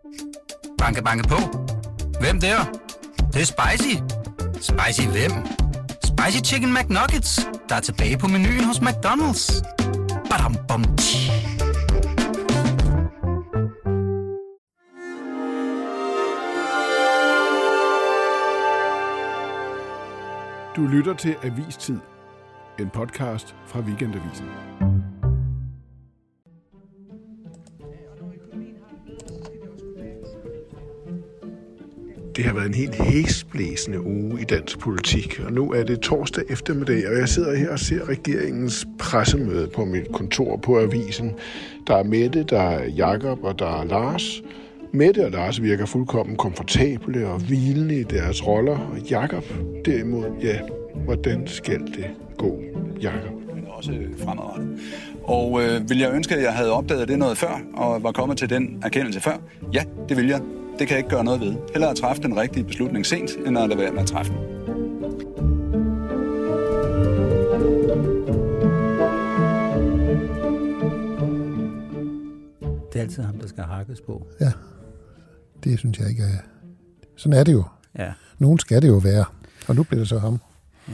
Banke, banke på. Hvem der? Det er spicy. Spicy hvem? Spicy Chicken McNuggets, der er tilbage på menuen hos McDonald's. Badum, bom, tji. Du lytter til Avistid, en podcast fra Weekendavisen. Det har været en helt hæsblæsende uge i dansk politik, og nu er det torsdag eftermiddag, og jeg sidder her og ser regeringens pressemøde på mit kontor på Avisen. Der er Mette, der er Jakob og der er Lars. Mette og Lars virker fuldkommen komfortable og hvilende i deres roller, og Jakob derimod, ja, hvordan skal det gå, Jakob? Men også fremadrettet. Og vil jeg ønske, at jeg havde opdaget det noget før, og var kommet til den erkendelse før? Ja, det vil jeg. Det kan jeg ikke gøre noget ved. Hellere at træffe den rigtige beslutning sent, end at lade være med at træffe den. Det er altid ham, der skal hakkes på. Ja, det synes jeg ikke er... Sådan er det jo. Ja. Nogen skal det jo være, og nu bliver det så ham. Ja.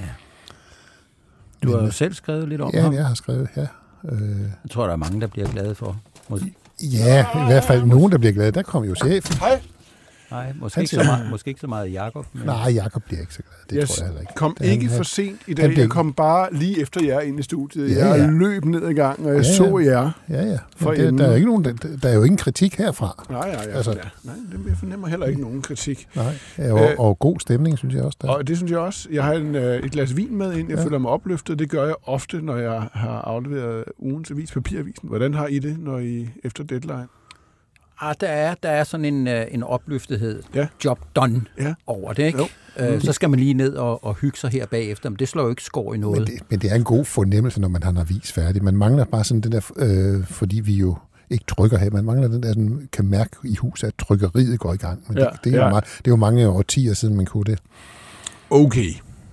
Du har jo selv skrevet lidt om ham. Ja, jeg har skrevet, ja. Jeg tror, der er mange, der bliver glade for. Ja, i hvert fald nogen, der bliver glade. Der kom jo chefen. Hej. Nej, måske ikke så meget Jakob. Men... Nej, Jakob bliver ikke så glad. Det tror jeg heller ikke. Kom ikke for sent i dag. Jeg kom bare lige efter jer ind i studiet. Ja, jeg løb ned ad gang, og jeg så jer. Ja. Der er ikke nogen, der er jo ingen kritik herfra. Nej, jeg fornemmer heller ikke nogen kritik. Nej, og god stemning, synes jeg også. Der. Og det synes jeg også. Jeg har et glas vin med ind. Jeg føler mig opløftet. Det gør jeg ofte, når jeg har afleveret ugens avis, papiravisen. Hvordan har I det, når I efter deadline? Der er sådan en opløftethed, ja. Job done over det, ikke? Så skal man lige ned og hygge sig her bagefter, men det slår jo ikke skår i noget. Men det er en god fornemmelse, når man har en avis færdig. Man mangler bare sådan den der, fordi vi jo ikke trykker her, man mangler den der, sådan, kan mærke i huset, at trykkeriet går i gang. Men det er jo mange årtier siden, man kunne det. Okay.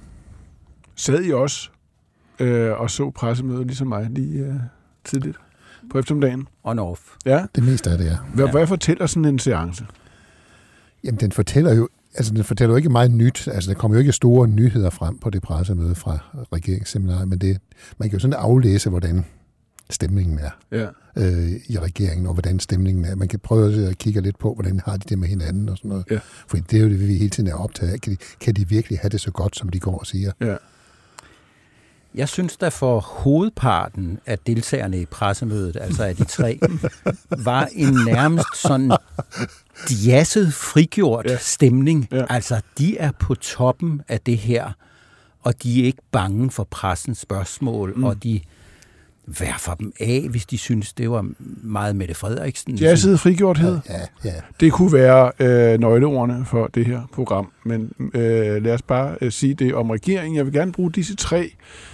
Sad I også og så pressemødet ligesom mig lige tidligt? På eftermiddagen? On-off. Ja. Det meste af det, ja. Hvad fortæller sådan en seance? Jamen, den fortæller jo ikke meget nyt. Altså, der kommer jo ikke store nyheder frem på det pressemøde fra regeringsseminaret, men man kan jo sådan aflæse, hvordan stemningen er i regeringen, og hvordan stemningen er. Man kan prøve at kigge lidt på, hvordan har de det med hinanden og sådan noget. Ja. For det er jo det, vi hele tiden er optaget af. Kan de virkelig have det så godt, som de går og siger? Ja. Jeg synes, der for hovedparten af deltagerne i pressemødet, altså af de tre, var en nærmest sådan jazzet, frigjort stemning. Ja. Altså, de er på toppen af det her, og de er ikke bange for pressens spørgsmål, og de værfer dem af, hvis de synes, det var meget Mette Frederiksen. Jazzet, frigjorthed. Ja. Det kunne være nøgleordene for det her program, men lad os bare sige det om regeringen. Jeg vil gerne bruge disse tre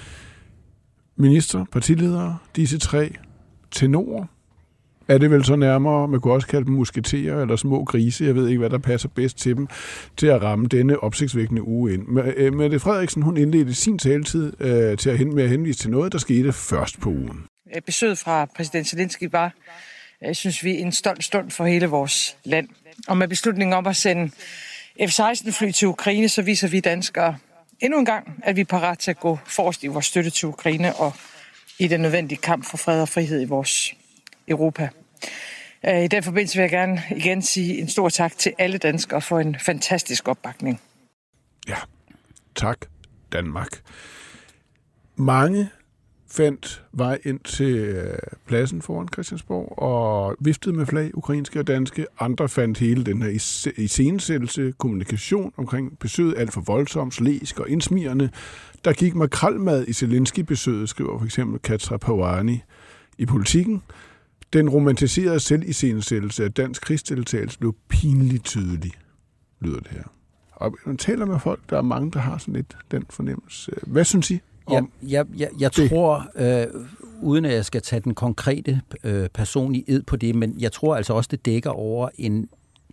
ministre, partiledere, disse tre tenorer. Er det vel så nærmere, man kunne også kalde dem musketerer eller små grise, jeg ved ikke, hvad der passer bedst til dem, til at ramme denne opsigtsvækkende uge ind. Mette Frederiksen, hun indledte sin taletid med at henvise til noget, der skete først på ugen. Besøget fra præsident Zelensky var, synes vi, en stolt stund for hele vores land. Og med beslutningen om at sende F-16-fly til Ukraine, så viser vi danskere endnu en gang, at vi er parat til at gå forrest i vores støtte til Ukraine og i den nødvendige kamp for fred og frihed i vores Europa. I den forbindelse vil jeg gerne igen sige en stor tak til alle danskere for en fantastisk opbakning. Ja, tak Danmark. Mange fandt vej ind til pladsen foran Christiansborg og viftede med flag, ukrainske og danske. Andre fandt hele den her iscenesættelse, kommunikation omkring besøget alt for voldsomt, slæsk og indsmirrende. Der gik makrelmad i Zelensky-besøget, skriver for eksempel Katra Pawani i Politikken. Den romantiserede selviscenesættelse af dansk krigsdeltagelse blev pinligt tydelig, lyder det her. Og man taler med folk, der er mange, der har sådan lidt den fornemmelse. Hvad synes I? Jeg tror, uden at jeg skal tage den konkrete personlige ed på det, men jeg tror altså også, det dækker over en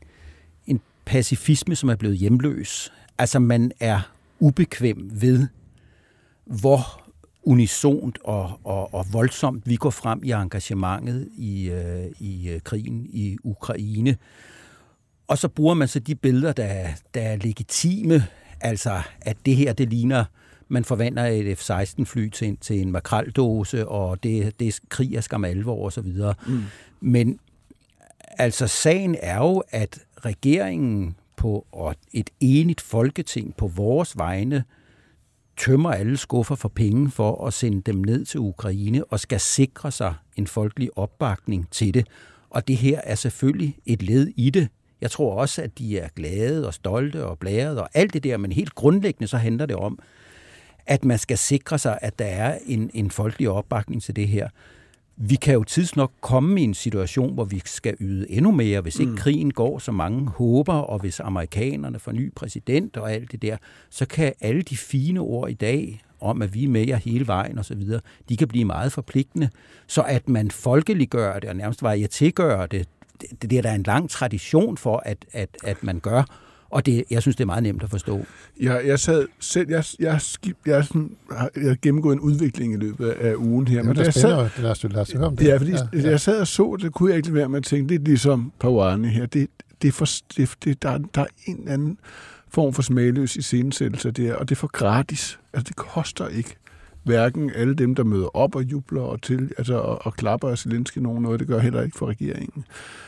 pacifisme, som er blevet hjemløs. Altså man er ubekvem ved, hvor unisont og voldsomt vi går frem i engagementet i krigen i Ukraine. Og så bruger man så de billeder, der er legitime, altså at det her, det ligner, man forvandler et F-16-fly til en makraldåse, og det krig er skam alvor og så videre. Men altså sagen er jo, at regeringen og et enigt folketing på vores vegne tømmer alle skuffer for penge for at sende dem ned til Ukraine og skal sikre sig en folkelig opbakning til det. Og det her er selvfølgelig et led i det. Jeg tror også, at de er glade og stolte og blæret og alt det der, men helt grundlæggende så handler det om, at man skal sikre sig, at der er en folkelig opbakning til det her. Vi kan jo tidsnok komme i en situation, hvor vi skal yde endnu mere, hvis ikke krigen går, så mange håber, og hvis amerikanerne får ny præsident og alt det der, så kan alle de fine ord i dag om, at vi er med jer hele vejen og så videre, de kan blive meget forpligtende, så at man folkeliggør det og nærmest varietégør det, det er der en lang tradition for, at man gør, og jeg synes, det er meget nemt at forstå. Jeg sad selv, jeg har gennemgået en udvikling i løbet af ugen her. Men det er spændende, Ja, fordi jeg sad og så, det kunne jeg ikke lade være med at tænke, lidt ligesom Parwani her, der er en eller anden form for smagløs iscenesættelse der, og det er for gratis. Altså, det koster ikke hverken alle dem, der møder op og jubler og klapper af Zelensky noget, det gør heller ikke for regeringen.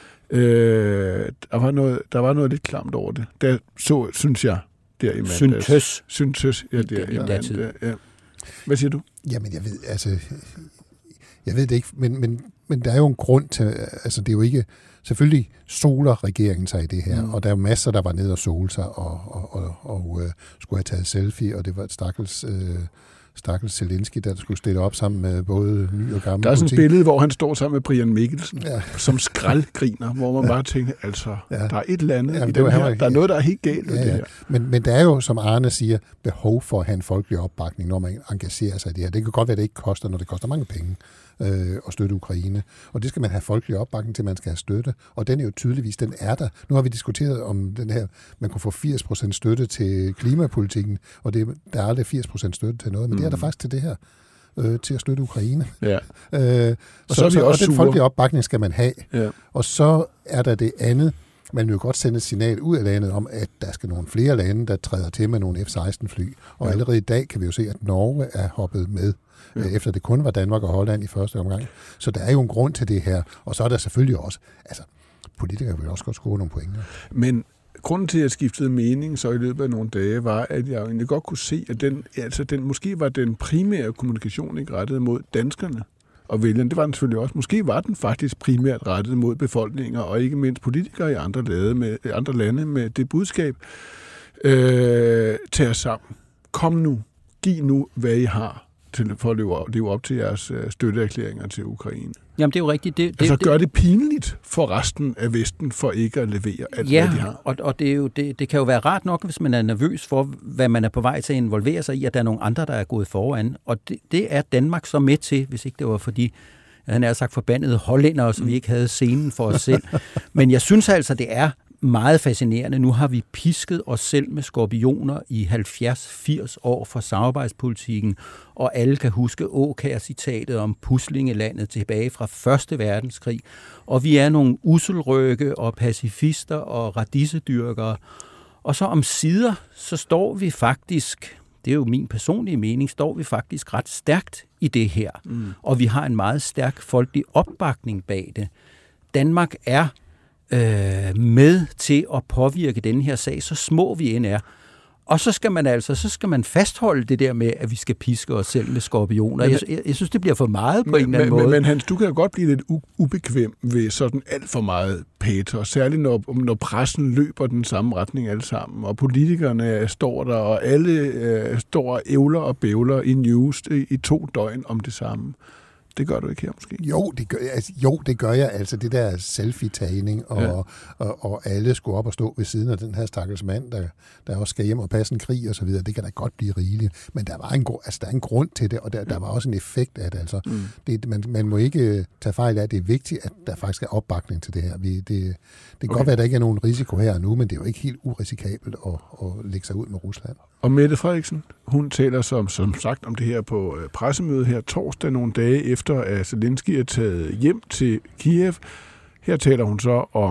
Der var noget lidt klamt over det. Der så, synes jeg, der i mandags. Syntes. Ja, der. Ja. Hvad siger du? Jamen, jeg ved det ikke, men der er jo en grund til, altså det er jo ikke, selvfølgelig soler regeringen sig i det her, og der er jo masser, der var nede og sole sig og skulle have taget selfie, og det var et stakkels Zelensky, der skulle stille op sammen med både ny og gammel. Der er sådan et billede, hvor han står sammen med Brian Mikkelsen, som skraldgriner, hvor man bare tænker, der er et eller andet i den her. Der er noget, der er helt galt med det her. Men der er jo, som Arne siger, behov for at have en folkelig opbakning, når man engagerer sig i det her. Det kan godt være, at det ikke koster, når det koster mange penge at støtte Ukraine. Og det skal man have folkelig opbakning til, man skal have støtte. Og den er jo tydeligvis, den er der. Nu har vi diskuteret om den her, man kunne få 80% støtte til klimapolitikken, og der er aldrig 80% støtte til noget, men det er der faktisk til det her, til at støtte Ukraine. Ja. Og den folkelige opbakning skal man have. Ja. Og så er der det andet, man vil jo godt sende et signal ud af landet om, at der skal nogle flere lande, der træder til med nogle F-16-fly. Og allerede i dag kan vi jo se, at Norge er hoppet med, efter det kun var Danmark og Holland i første omgang. Så der er jo en grund til det her. Og så er der selvfølgelig også, politikere vil også godt score nogle pointer. Men grunden til, at jeg skiftede mening så i løbet af nogle dage, var, at jeg egentlig godt kunne se, at den måske var den primære kommunikation ikke rettet mod danskerne og vælgerne. Det var den selvfølgelig også. Måske var den faktisk primært rettet mod befolkninger, og ikke mindst politikere i andre lande med det budskab. Tag os sammen. Kom nu. Giv nu, hvad I har for at leve op til jeres støtteerklæringer til Ukraine. Jamen, det er jo rigtigt. Gør det pinligt for resten af Vesten for ikke at levere alt, hvad de har. Og det kan jo være rart nok, hvis man er nervøs for, hvad man er på vej til at involvere sig i, at der er nogle andre, der er gået foran. Og det er Danmark så med til, hvis ikke det var fordi, han er sagt forbandede hollændere, så vi ikke havde scenen for os selv. Men jeg synes altså, det er meget fascinerende. Nu har vi pisket os selv med skorpioner i 70-80 år for samarbejdspolitikken, og alle kan huske Aakjær-citatet om puslingelandet tilbage fra 1. verdenskrig. Og vi er nogle uselrøkke og pacifister og radissedyrkere. Og så omsider, så står vi faktisk, det er jo min personlige mening, står vi faktisk ret stærkt i det her. Og vi har en meget stærk folkelig opbakning bag det. Danmark er med til at påvirke den her sag, så små vi end er. Og så skal man fastholde det der med, at vi skal piske os selv med skorpioner. Jeg synes, det bliver for meget på en eller anden måde. Men Hans, du kan jo godt blive lidt ubekvem ved sådan alt for meget patos, særligt når pressen løber den samme retning alle sammen, og politikerne står der, og alle står og ævler og bævler i news i 2 døgn om det samme. Det gør du ikke her, måske? Jo, det gør jeg. Altså det der selfie-tagning, og alle skulle op og stå ved siden af den her stakkels mand, der også skal hjem og passe en krig og så videre. Det kan da godt blive rigeligt. Men der var der er en grund til det, og der var også en effekt af det. Altså, man må ikke tage fejl af, at det er vigtigt, at der faktisk er opbakning til det her. Det kan godt være, at der ikke er nogen risiko her nu, men det er jo ikke helt urisikabelt at lægge sig ud med Rusland. Og Mette Frederiksen, hun taler som sagt om det her på pressemødet her torsdag, nogle dage efter, at Zelensky er taget hjem til Kiev. Her taler hun så om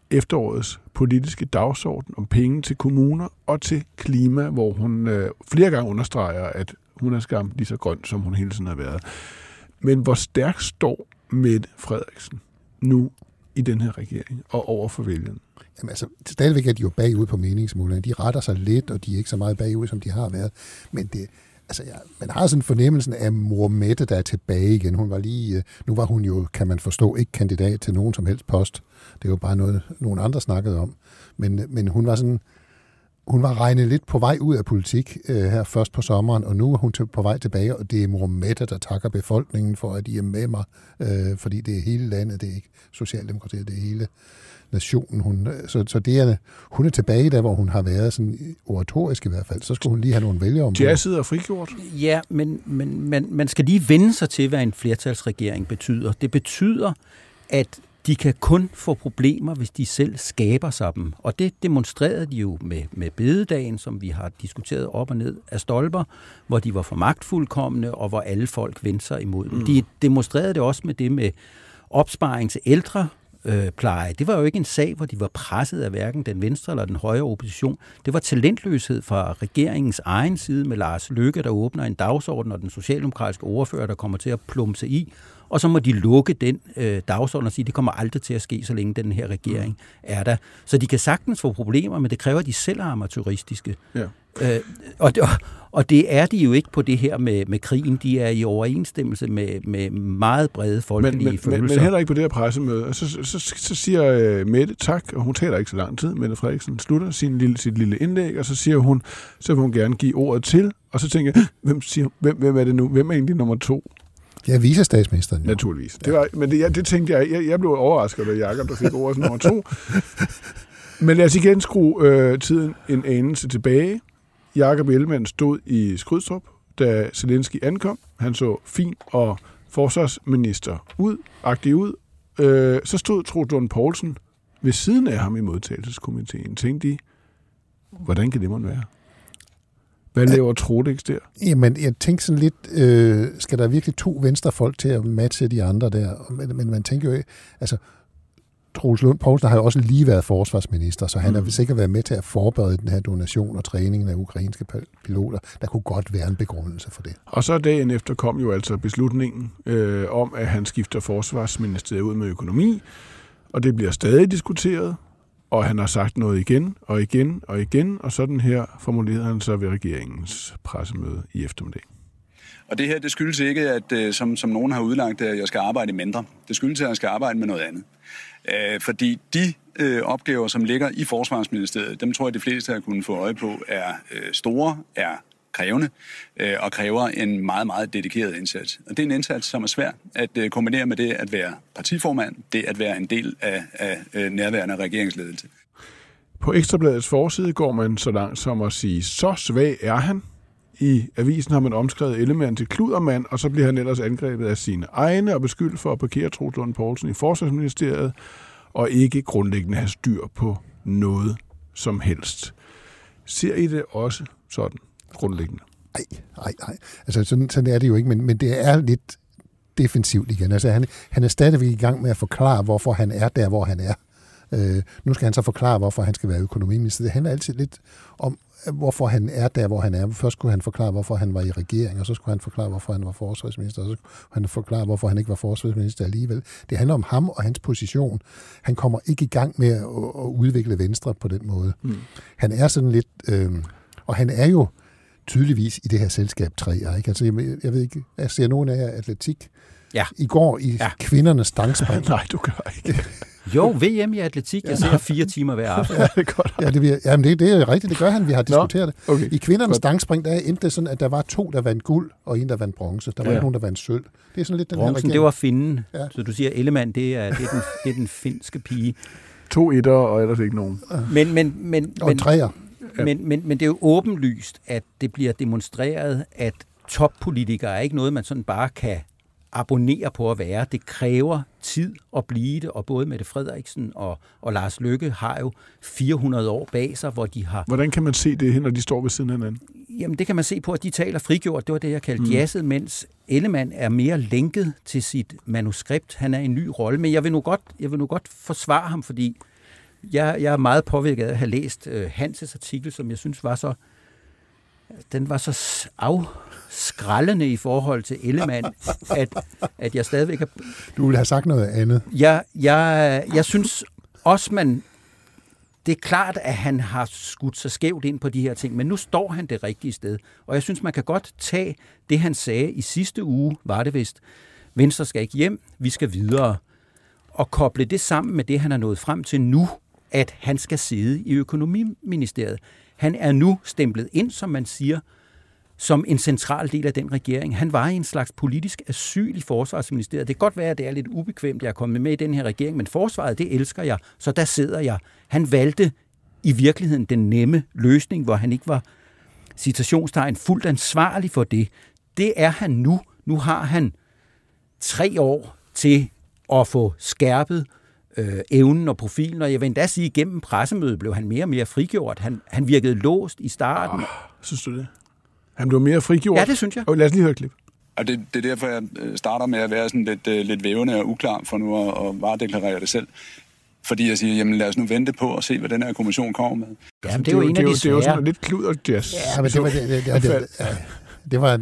efterårets politiske dagsorden om penge til kommuner og til klima, hvor hun flere gange understreger, at hun er skam lige så grøn, som hun hele tiden har været. Men hvor stærkt står Mette Frederiksen nu i den her regering og over for vælgerne? Jamen altså, stadigvæk er de jo bagud på meningsmålene. De retter sig lidt, og de er ikke så meget bagud, som de har været. Men det, altså, man har sådan fornemmelsen af mor Mette, der er tilbage igen. Hun var lige, nu var hun jo, kan man forstå, ikke kandidat til nogen som helst post. Det er jo bare noget, nogen andre snakkede om. Men hun var sådan, hun var regnet lidt på vej ud af politik her først på sommeren, og nu er hun på vej tilbage, og det er mor Mette, der takker befolkningen for, at de er med mig, fordi det er hele landet, det er ikke Socialdemokratiet, det er hele nationen. Så det er, hun er tilbage der, hvor hun har været sådan oratorisk i hvert fald. Så skulle hun lige have nogle vælgere om. Jazzet er frigjort. Ja, men man skal lige vende sig til, hvad en flertalsregering betyder. Det betyder, at de kan kun få problemer, hvis de selv skaber sig dem. Og det demonstrerede de jo med bededagen, som vi har diskuteret op og ned af stolper, hvor de var for magtfuldkomne, og hvor alle folk vendte sig imod dem. De demonstrerede det også med det med opsparing til ældre pleje. Det var jo ikke en sag, hvor de var presset af hverken den venstre eller den højre opposition. Det var talentløshed fra regeringens egen side med Lars Løkke, der åbner en dagsorden, og den socialdemokratiske ordfører, der kommer til at plumse i. Og så må de lukke den dagsorden og sige, at det kommer aldrig til at ske, så længe den her regering er der. Så de kan sagtens få problemer, men det kræver, at de selv er amatøristiske. Ja. Og det er de jo ikke på det her med krigen. De er i overensstemmelse med meget brede folkelige følelser. Men heller ikke på det her pressemøde. Så siger Mette tak, og hun taler ikke så lang tid. Mette Frederiksen slutter sit lille indlæg, og så siger hun, så vil hun gerne give ordet til. Og så tænker jeg, hvem er det nu? Hvem er egentlig nummer 2? Det er vicestatsministeren. Naturligvis. Ja. Men det tænkte jeg blev overrasket, da Jakob der fik ordet som nummer 2. Men lad os igen skrue tiden en anelse tilbage. Jakob Ellemann stod i Skrydstrup, da Zelensky ankom. Han så fin og forsvarsminister agtig ud. Så stod Troels Lund Poulsen ved siden af ham i modtagelseskomiteen. Tænkte de, hvordan kan det måtte være? Hvad laver Trodex der? Jamen, jeg tænker sådan lidt, skal der virkelig 2 venstrefolk til at matche de andre der? Men man tænker jo ikke, altså, Troels Lund Poulsen har jo også lige været forsvarsminister, så han har sikkert været med til at forberede den her donation og træningen af ukrainske piloter. Der kunne godt være en begrundelse for det. Og så dagen efter kom jo altså beslutningen om, at han skifter forsvarsministeriet ud med økonomi, og det bliver stadig diskuteret, og han har sagt noget igen og igen og igen, og sådan her formulerede han sig ved regeringens pressemøde i eftermiddag. Og det her, det skyldes ikke, at som nogen har udlagt, at jeg skal arbejde mindre. Det skyldes, at jeg skal arbejde med noget andet. Fordi de opgaver, som ligger i Forsvarsministeriet, dem tror jeg, de fleste har kunnet få øje på, er store, er krævende og kræver en meget, meget dedikeret indsats. Og det er en indsats, som er svær at kombinere med det at være partiformand, det at være en del af nærværende regeringsledelse. På Ekstrabladets forside går man så langt som at sige, så svag er han. I avisen har man omskrevet Ellemann til kludermand, og så bliver han ellers angrebet af sine egne og beskyldt for at parkere Troels Lund Poulsen i Forsvarsministeriet og ikke grundlæggende have styr på noget som helst. Ser I det også sådan grundlæggende? Nej. Altså sådan er det jo ikke, men det er lidt defensivt igen. Altså han er stadigvæk i gang med at forklare, hvorfor han er der, hvor han er. Nu skal han så forklare, hvorfor han skal være økonomiminister. Det handler altid lidt om, hvorfor han er der, hvor han er. Først skulle han forklare, hvorfor han var i regering, og så skulle han forklare, hvorfor han var forsvarsminister, og så skulle han forklare, hvorfor han ikke var forsvarsminister alligevel. Det handler om ham og hans position. Han kommer ikke i gang med at udvikle Venstre på den måde. Han er sådan lidt... og han er jo tydeligvis i det her selskab 3'er, ikke? Altså, jeg ved ikke, jeg ser nogen af jer atletik. Ja. I går i kvindernes stangspring. Nej, du gør ikke. Jo, VM i atletik. Jeg ser 4 timer hver aften. Ja, det er godt. Ja, det er rigtigt, det gør han. Vi har diskuteret det. Okay. I kvindernes stangspring, der endte det sådan, at der var 2, der vandt guld, og en, der vandt bronze. Der var ikke nogen, der vandt sølv. Det er sådan lidt den bronzen, her regering. Det var finnen. Ja. Så du siger, Ellemann, det er den finske pige. 2 etter og ellers ikke nogen. Og 3'er. Men det er jo åbenlyst, at det bliver demonstreret, at toppolitikere er ikke noget, man sådan bare kan abonnere på at være. Det kræver tid at blive det, og både Mette Frederiksen og Lars Løkke har jo 400 år bag sig, hvor de har... Hvordan kan man se det, når de står ved siden af hinanden? Jamen, det kan man se på, at de taler frigjort. Det var det, jeg kaldte jazzet, mens Ellemann er mere lænket til sit manuskript. Han er i en ny rolle, men jeg vil nu godt forsvare ham, fordi Jeg er meget påvirket af at have læst Hanses artikel, som jeg synes var så afskrællende i forhold til Ellemann, at jeg stadigvæk er... Du ville have sagt noget andet. Jeg synes også, det er klart, at han har skudt sig skævt ind på de her ting, men nu står han det rigtige sted. Og jeg synes, man kan godt tage det, han sagde i sidste uge, var det vist, Venstre skal ikke hjem, vi skal videre, og koble det sammen med det, han er nået frem til nu, at han skal sidde i økonomiministeriet. Han er nu stemplet ind, som man siger, som en central del af den regering. Han var i en slags politisk asyl i Forsvarsministeriet. Det kan godt være, at det er lidt ubekvemt, jeg er kommet med i den her regering, men forsvaret, det elsker jeg, så der sidder jeg. Han valgte i virkeligheden den nemme løsning, hvor han ikke var, citationstegn, fuldt ansvarlig for det. Det er han nu. Nu har han 3 år til at få skærpet evnen og profilen, og jeg vil endda sige, at gennem pressemødet blev han mere og mere frigjort. Han virkede låst i starten. Synes du det? Han blev mere frigjort? Ja, det synes jeg. Lad os lige høre et klip. Og det er derfor, jeg starter med at være sådan lidt vævende og uklar for nu at varedeklarere det selv. Fordi jeg siger, jamen lad os nu vente på og se, hvad den her kommission kommer med. Jamen, det er jo en af de svære. Det er jo sådan lidt kluder jazz. Ja, men det var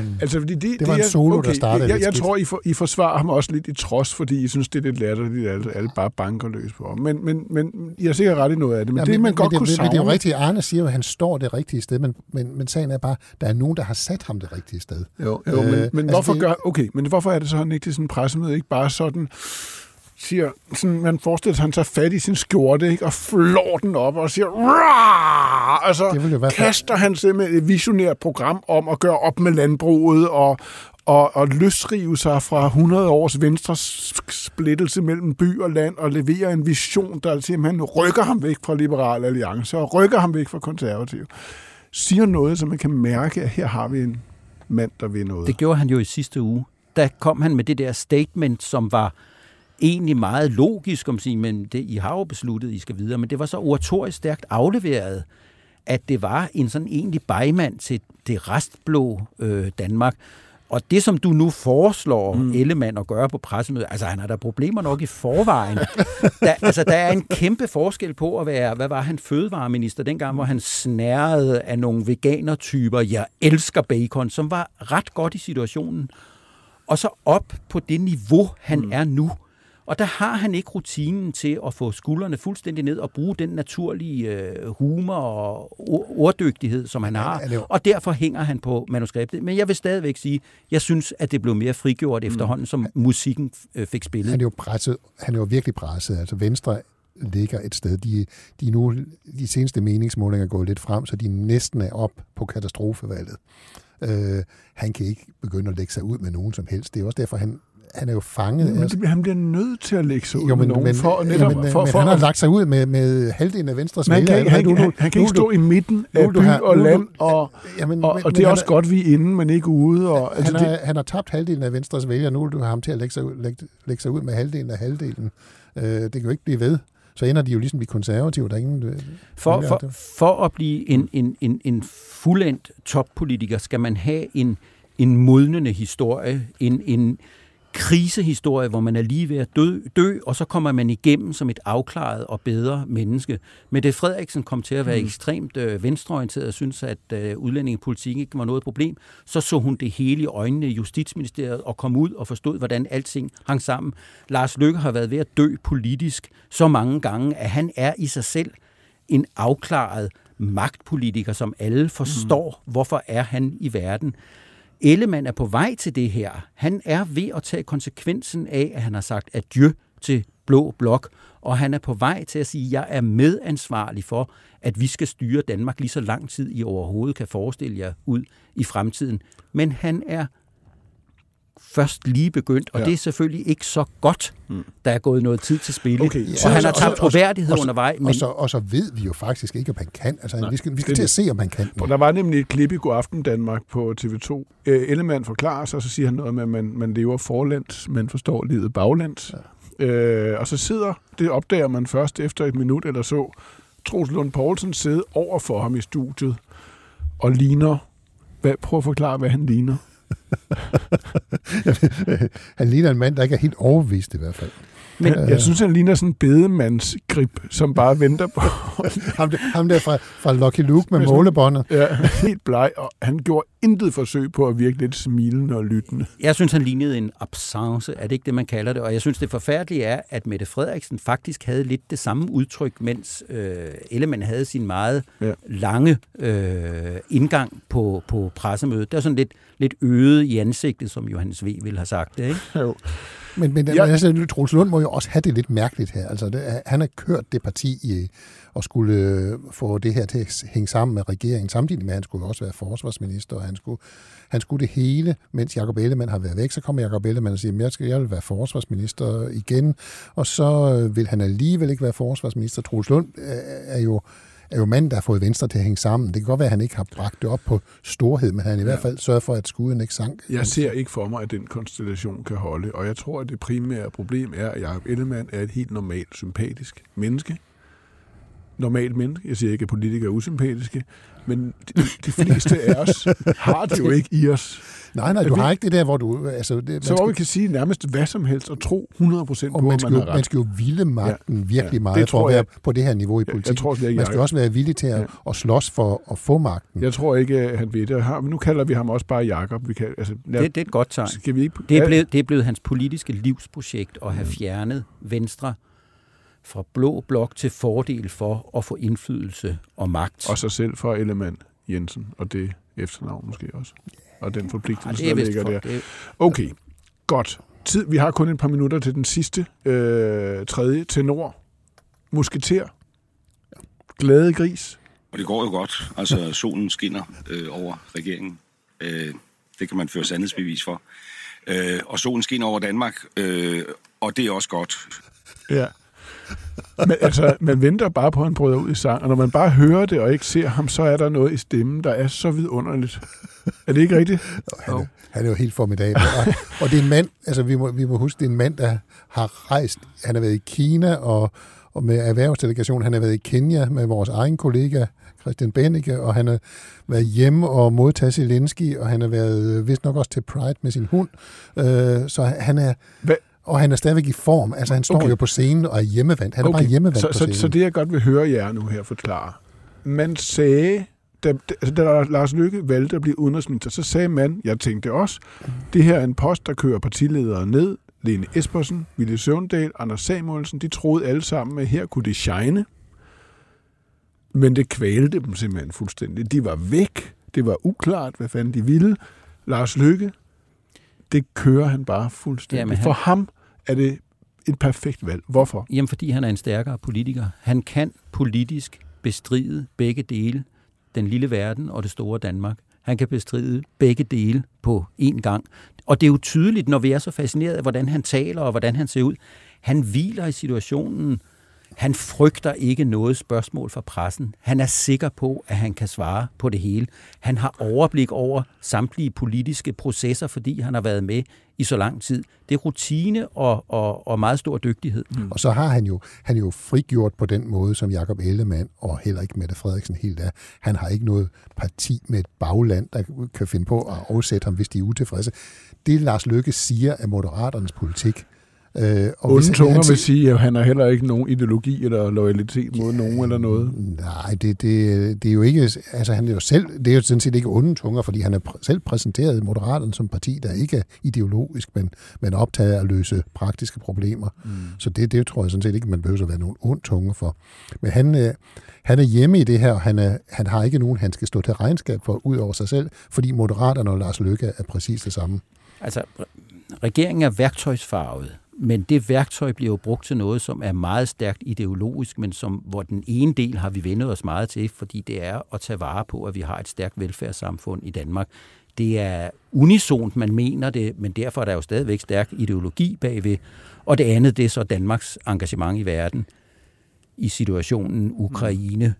en solo, der startede. Jeg tror, I forsvarer ham også lidt i trods, fordi I synes, det er lidt latterligt, at alle bare banker løs på ham. Men I har sikkert ret i noget af det. Men det, man godt kunne savne... Det er jo rigtigt. Arne siger, at han står det rigtige sted, men sagen er bare, der er nogen, der har sat ham det rigtige sted. Men hvorfor er det så, han ikke til sådan en pressemøde, ikke bare sådan... siger, sådan, man forestiller sig, han tager fat i sin skjorte, ikke, og flår den op og siger, Rah! Altså kaster han simpelthen et visionært program om at gøre op med landbruget og løsrive sig fra 100 års venstres splittelse mellem by og land og levere en vision, der simpelthen rykker ham væk fra Liberal Alliance og rykker ham væk fra Konservative. Siger noget, så man kan mærke, at her har vi en mand, der vil noget. Det gjorde han jo i sidste uge. Der kom han med det der statement, som var egentlig meget logisk, men det, I har jo besluttet, I skal videre, men det var så oratorisk stærkt afleveret, at det var en sådan egentlig bejmand til det restblå Danmark. Og det, som du nu foreslår Ellemann at gøre på pressemødet, altså han har der problemer nok i forvejen. Der er en kæmpe forskel på at være, hvad var han, fødevareminister dengang, hvor han snærede af nogle veganertyper, jeg elsker bacon, som var ret godt i situationen. Og så op på det niveau, han er nu. Og der har han ikke rutinen til at få skuldrene fuldstændig ned og bruge den naturlige humor og orddygtighed, som han har. Og derfor hænger han på manuskriptet. Men jeg vil stadigvæk sige, jeg synes, at det blev mere frigjort efterhånden, som musikken fik spillet. Han er jo virkelig presset. Altså Venstre ligger et sted. De seneste meningsmålinger går lidt frem, så de næsten er op på katastrofevalget. Han kan ikke begynde at lægge sig ud med nogen som helst. Det er også derfor, han er jo fanget. Men han bliver nødt til at lægge sig ud med nogen. Men han har lagt sig ud med halvdelen af Venstres vælgere. Han kan ikke stå i midten af by og land, og det er også godt, vi er inde, men ikke ude. Han har tabt halvdelen af Venstres vælgere. Nu vil du have ham til at lægge sig ud med halvdelen af halvdelen. Det kan jo ikke blive ved. Så ender de jo ligesom de konservative, der ingen... For at blive en fuldendt toppolitiker, skal man have en modnende historie, en krisehistorie, hvor man er lige ved at dø, og så kommer man igennem som et afklaret og bedre menneske. Mette Frederiksen kom til at være ekstremt venstreorienteret og synes, at udlændingepolitik ikke var noget problem. Så hun det hele i øjnene i Justitsministeriet og kom ud og forstod, hvordan alting hang sammen. Lars Løkke har været ved at dø politisk så mange gange, at han er i sig selv en afklaret magtpolitiker, som alle forstår, hvorfor er han i verden. Ellemann er på vej til det her. Han er ved at tage konsekvensen af, at han har sagt adieu til Blå Blok, og han er på vej til at sige, at jeg er medansvarlig for, at vi skal styre Danmark lige så lang tid, I overhovedet kan forestille jer ud i fremtiden. Men han er først lige begyndt, og det er selvfølgelig ikke så godt, der er gået noget tid til spil. Okay, og han har tabt troværdighed undervejs. Men... Og så ved vi jo faktisk ikke, om han kan. Altså, vi skal til at se, om han kan. Og der var nemlig et klip i God Aften Danmark på TV2. Ellemann forklarer sig, og så siger han noget med, at man lever forlæns, man forstår livet baglæns. Ja. Og så det opdager man først efter et minut eller så, Troels Lund Poulsen sidde over for ham i studiet og ligner... Prøv at forklare, hvad han ligner. Han ligner en mand, der ikke er helt overbevist i hvert fald. Men jeg synes, han ligner sådan en bedemandsgrib, som bare venter på... ham der fra Lucky Luke med målebåndet. Ja, helt bleg, og han gjorde intet forsøg på at virke lidt smilende og lyttende. Jeg synes, han lignede en absence, er det ikke det, man kalder det? Og jeg synes, det forfærdelige er, at Mette Frederiksen faktisk havde lidt det samme udtryk, mens Ellemann havde sin meget lange indgang på pressemødet. Det var sådan lidt øget i ansigtet, som Johannes V. ville have sagt det, ikke? Jo. Men altså, Troels Lund må jo også have det lidt mærkeligt her. Altså, han har kørt det parti og skulle få det her til at hænge sammen med regeringen, samtidig med, at han skulle også være forsvarsminister, og han skulle det hele, mens Jakob Ellemann har været væk. Så kommer Jakob Ellemann og siger, jeg vil være forsvarsminister igen, og så vil han alligevel ikke være forsvarsminister. Troels Lund er jo manden, der har fået Venstre til at hænge sammen. Det kan godt være, at han ikke har bragt det op på storhed, men han i hvert fald sørger for, at skuden ikke sank. Jeg ser ikke for mig, at den konstellation kan holde, og jeg tror, at det primære problem er, at Jakob Ellemann er et helt normalt, sympatisk menneske. Normalt menneske. Jeg siger ikke, at politikere er usympatiske, men de fleste af os har det jo ikke i os. Nej, du har ikke det der, hvor du... Altså, vi kan sige nærmest hvad som helst og tro 100% på, at man har ret. Man skal jo ville magten virkelig meget for at være på det her niveau i politik. Man skal også være villig til at slås for at få magten. Jeg tror ikke, at han ved det. Nu kalder vi ham også bare Jakob. Det er et godt tegn. Det er blevet hans politiske livsprojekt at have fjernet Venstre fra blå blok til fordel for at få indflydelse og magt. Og sig selv fra Ellemann Jensen, og det efternavn måske også. Og den forpligtelse, der ligger der. Okay, godt. Vi har kun et par minutter til den sidste, tredje tenor. Musketer. Glade gris. Og det går jo godt. Altså, solen skinner over regeringen. Det kan man føre sandhedsbevis for. Og solen skinner over Danmark, og det er også godt. Ja. Men altså, man venter bare på, at han bryder ud i sang, og når man bare hører det og ikke ser ham, så er der noget i stemmen, der er så vidunderligt. Er det ikke rigtigt? Han er jo helt formidabel. Og det er en mand, altså vi må huske, det er en mand, der har rejst. Han har været i Kina og med erhvervsdelegationen. Han har været i Kenya med vores egen kollega, Christian Bennike, og han har været hjemme og modtaget Zelensky, og han har været vist nok også til Pride med sin hund. Så han er... Og han er stadigvæk i form. Altså, han står jo på scenen og er hjemmevandt. Han er bare hjemmevandt på scenen. Så det, jeg godt vil høre jer nu her forklare. Man sagde, da Lars Løkke valgte at blive udenrigsminister, så sagde man, jeg tænkte også, det her er en post, der kører partiledere ned. Lene Espersen, Villy Søvndal, Anders Samuelsen, de troede alle sammen, at her kunne det shine. Men det kvalte dem simpelthen fuldstændig. De var væk. Det var uklart, hvad fanden de ville. Lars Løkke, det kører han bare fuldstændig. Jamen, for ham er det et perfekt valg. Hvorfor? Jamen, fordi han er en stærkere politiker. Han kan politisk bestride begge dele, den lille verden og det store Danmark. Han kan bestride begge dele på én gang. Og det er jo tydeligt, når vi er så fascineret af, hvordan han taler og hvordan han ser ud. Han hviler i situationen. Han frygter ikke noget spørgsmål fra pressen. Han er sikker på, at han kan svare på det hele. Han har overblik over samtlige politiske processer, fordi han har været med i så lang tid. Det er rutine og meget stor dygtighed. Og så har han jo frigjort på den måde, som Jakob Ellemann og heller ikke Mette Frederiksen helt er. Han har ikke noget parti med et bagland, der kan finde på at oversætte ham, hvis de er utilfredse. Det Lars Løkke siger af Moderaternes politik. Onde tunger vil sige, at han har heller ikke nogen ideologi eller loyalitet mod nogen eller noget. Nej, det er jo ikke... Altså, han er jo selv... Det er jo sådan set ikke onde tunger, fordi han er selv præsenteret Moderaterne som parti, der ikke er ideologisk, men optaget af at løse praktiske problemer. Så det tror jeg sådan set ikke, man behøver at være nogen ond tunge for. Men han er hjemme i det her, og han har ikke nogen, han skal stå til regnskab for ud over sig selv, fordi Moderaterne og Lars Løkke er præcis det samme. Altså, regeringen er værktøjsfarvet. Men det værktøj bliver jo brugt til noget, som er meget stærkt ideologisk, men hvor den ene del har vi vendet os meget til, fordi det er at tage vare på, at vi har et stærkt velfærdssamfund i Danmark. Det er unisont, man mener det, men derfor er der jo stadigvæk stærk ideologi bagved. Og det andet, det er så Danmarks engagement i verden i situationen Ukraine.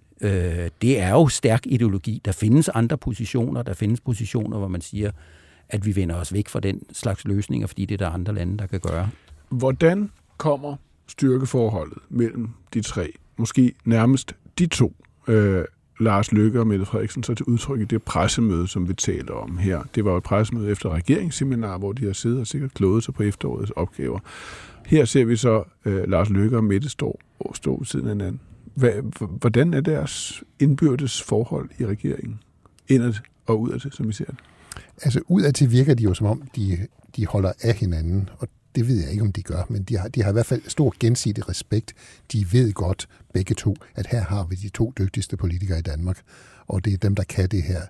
Det er jo stærk ideologi. Der findes andre positioner. Der findes positioner, hvor man siger, at vi vender os væk fra den slags løsninger, fordi det er der andre lande, der kan gøre. Hvordan kommer styrkeforholdet mellem de tre? Måske nærmest de to. Lars Løkke og Mette Frederiksen så til udtryk i det pressemøde, som vi taler om her. Det var et pressemøde efter regeringsseminar, hvor de har siddet og sikkert kloget sig på efterårets opgaver. Her ser vi så Lars Løkke og Mette stå ved siden af hinanden. Hvordan er deres indbyrdes forhold i regeringen? Indad og udadtil, som vi ser det? Altså udadtil virker de jo som om, de holder af hinanden, og det ved jeg ikke, om de gør, men de har i hvert fald stor gensidig respekt. De ved godt, begge to, at her har vi de 2 dygtigste politikere i Danmark, og det er dem, der kan det her.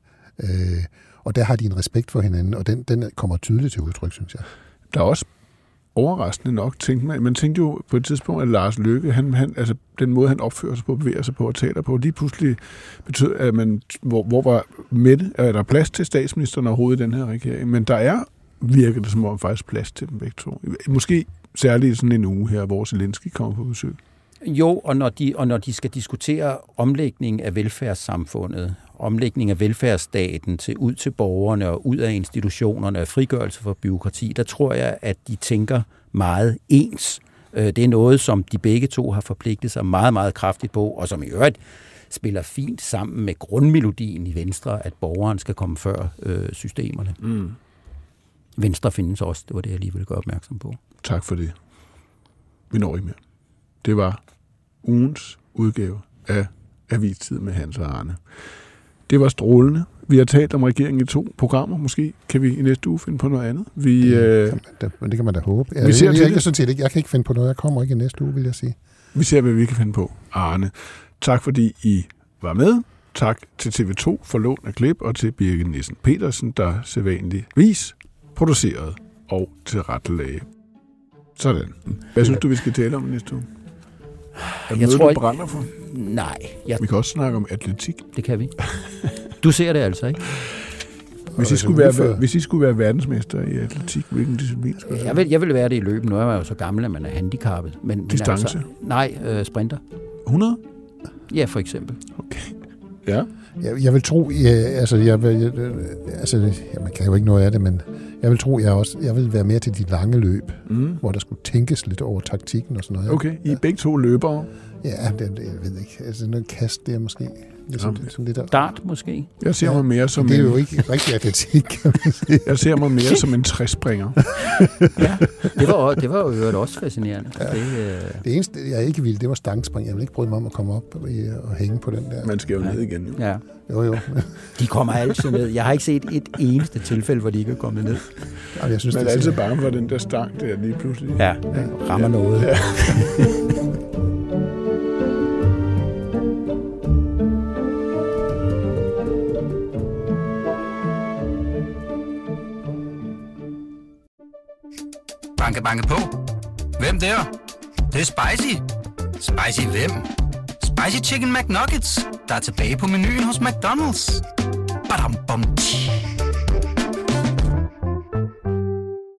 Og der har de en respekt for hinanden, og den kommer tydeligt til udtryk, synes jeg. Der er også overraskende nok, man tænkte jo på et tidspunkt, at Lars Løkke, altså den måde, han opfører sig på, bevæger sig på og taler på, lige pludselig betød, at man, hvor var Mette, er der plads til statsministeren overhovedet i den her regering, men der virker det som om faktisk plads til dem begge to. Måske særligt sådan en uge her, hvor Zelensky kommer på besøg. Jo, og når de skal diskutere omlægning af velfærdssamfundet, omlægning af velfærdsstaten ud til borgerne og ud af institutionerne og frigørelse for bureaukrati, der tror jeg, at de tænker meget ens. Det er noget, som de begge to har forpligtet sig meget, meget kraftigt på, og som i øvrigt spiller fint sammen med grundmelodien i Venstre, at borgeren skal komme før systemerne. Mm. Venstre findes også, det var det, jeg lige ville gøre opmærksom på. Tak for det. Vi når ikke mere. Det var ugens udgave af Avistid med Hans og Arne. Det var strålende. Vi har talt om regeringen i 2 programmer. Måske kan vi i næste uge finde på noget andet. Det kan man da håbe. Jeg kan ikke finde på noget. Jeg kommer ikke i næste uge, vil jeg sige. Vi ser, hvad vi kan finde på. Arne, tak fordi I var med. Tak til TV2 for lån af klip, og til Birgit Nissen Petersen, der sædvanligvis producerede og tilrettelagde. Sådan. Hvad synes du, vi skal tale om næste uge? Er det noget, du brænder for? Nej. Vi kan også snakke om atletik. Det kan vi. Du ser det altså, ikke? Hvis I skulle være verdensmester i atletik, hvilken disciplin skulle det være? Jeg vil være det i løbet. Nu er man jo så gammel, at man er handicappet. Distance? Altså, nej, sprinter. 100? Ja, for eksempel. Okay. Ja. Jeg vil tro, man kan jo ikke noget af det, men jeg vil tro, jeg vil være mere til de lange løb, hvor der skulle tænkes lidt over taktikken og sådan noget. Okay, I er begge 2 løbere? Ja, jeg ved ikke. Altså noget kast, det er måske lidt dart måske? Jeg ser mig mere som det er jo ikke rigtig atletik, kan man sige. Jeg ser mig mere som en træspringer. Ja, det var jo også fascinerende. Ja. Det eneste, jeg ikke ville, det var stangspring. Jeg ville ikke bryde mig om at komme op og hænge på den der. Man skal jo ned igen. Ja. Jo. De kommer altid ned. Jeg har ikke set et eneste tilfælde, hvor de ikke er kommet ned. Jeg synes, man er altid bange for den der stang der lige pludselig. Ja, rammer noget. Ja. Banke, banke på. Hvem der? Det er spicy. Spicy hvem? Spicy Chicken McNuggets, der er tilbage på menuen hos McDonald's.